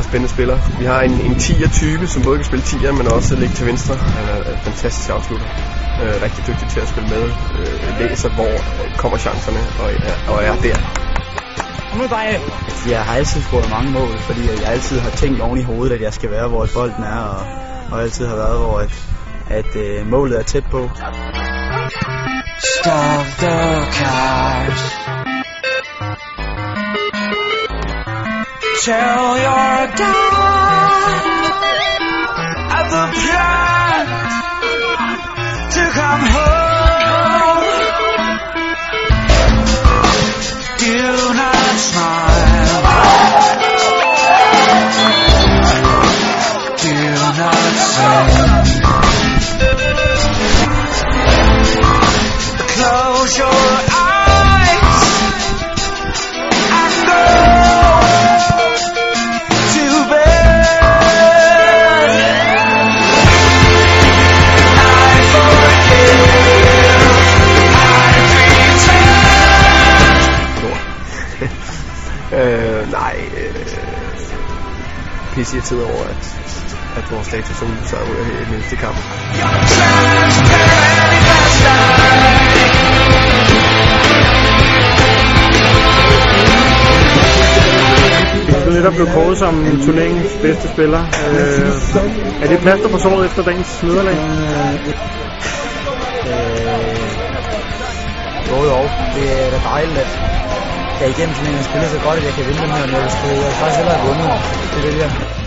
spændende spiller. Vi har en 10'er-type, som både kan spille 10'er, men også ligge til venstre. Han er en fantastisk afslutter. Rigtig dygtig til at spille med. Læser, hvor kommer chancerne, og er der. Jeg har altid scoret mange mål, fordi jeg altid har tænkt oven i hovedet, at jeg skal være, hvor bolden er, og altid har været, hvor at målet er tæt på. Stop the cars. Tell your dad at the plant to come home. Do not smile. Do not sing. Close your eyes and go to bed. I forgive, I pretend. Nej, pisse irriteret over, at vores status er ubesejret her i næste kamp. Du netop blev kåret som turneringens bedste spiller. Er det plaster på såret efter dagens nederlag? Jo. Det er da dejligt, at jeg igennem turneringen spiller så godt, at jeg kan vinde dem her. Men jeg vil faktisk hellere have vundet. Det vil jeg.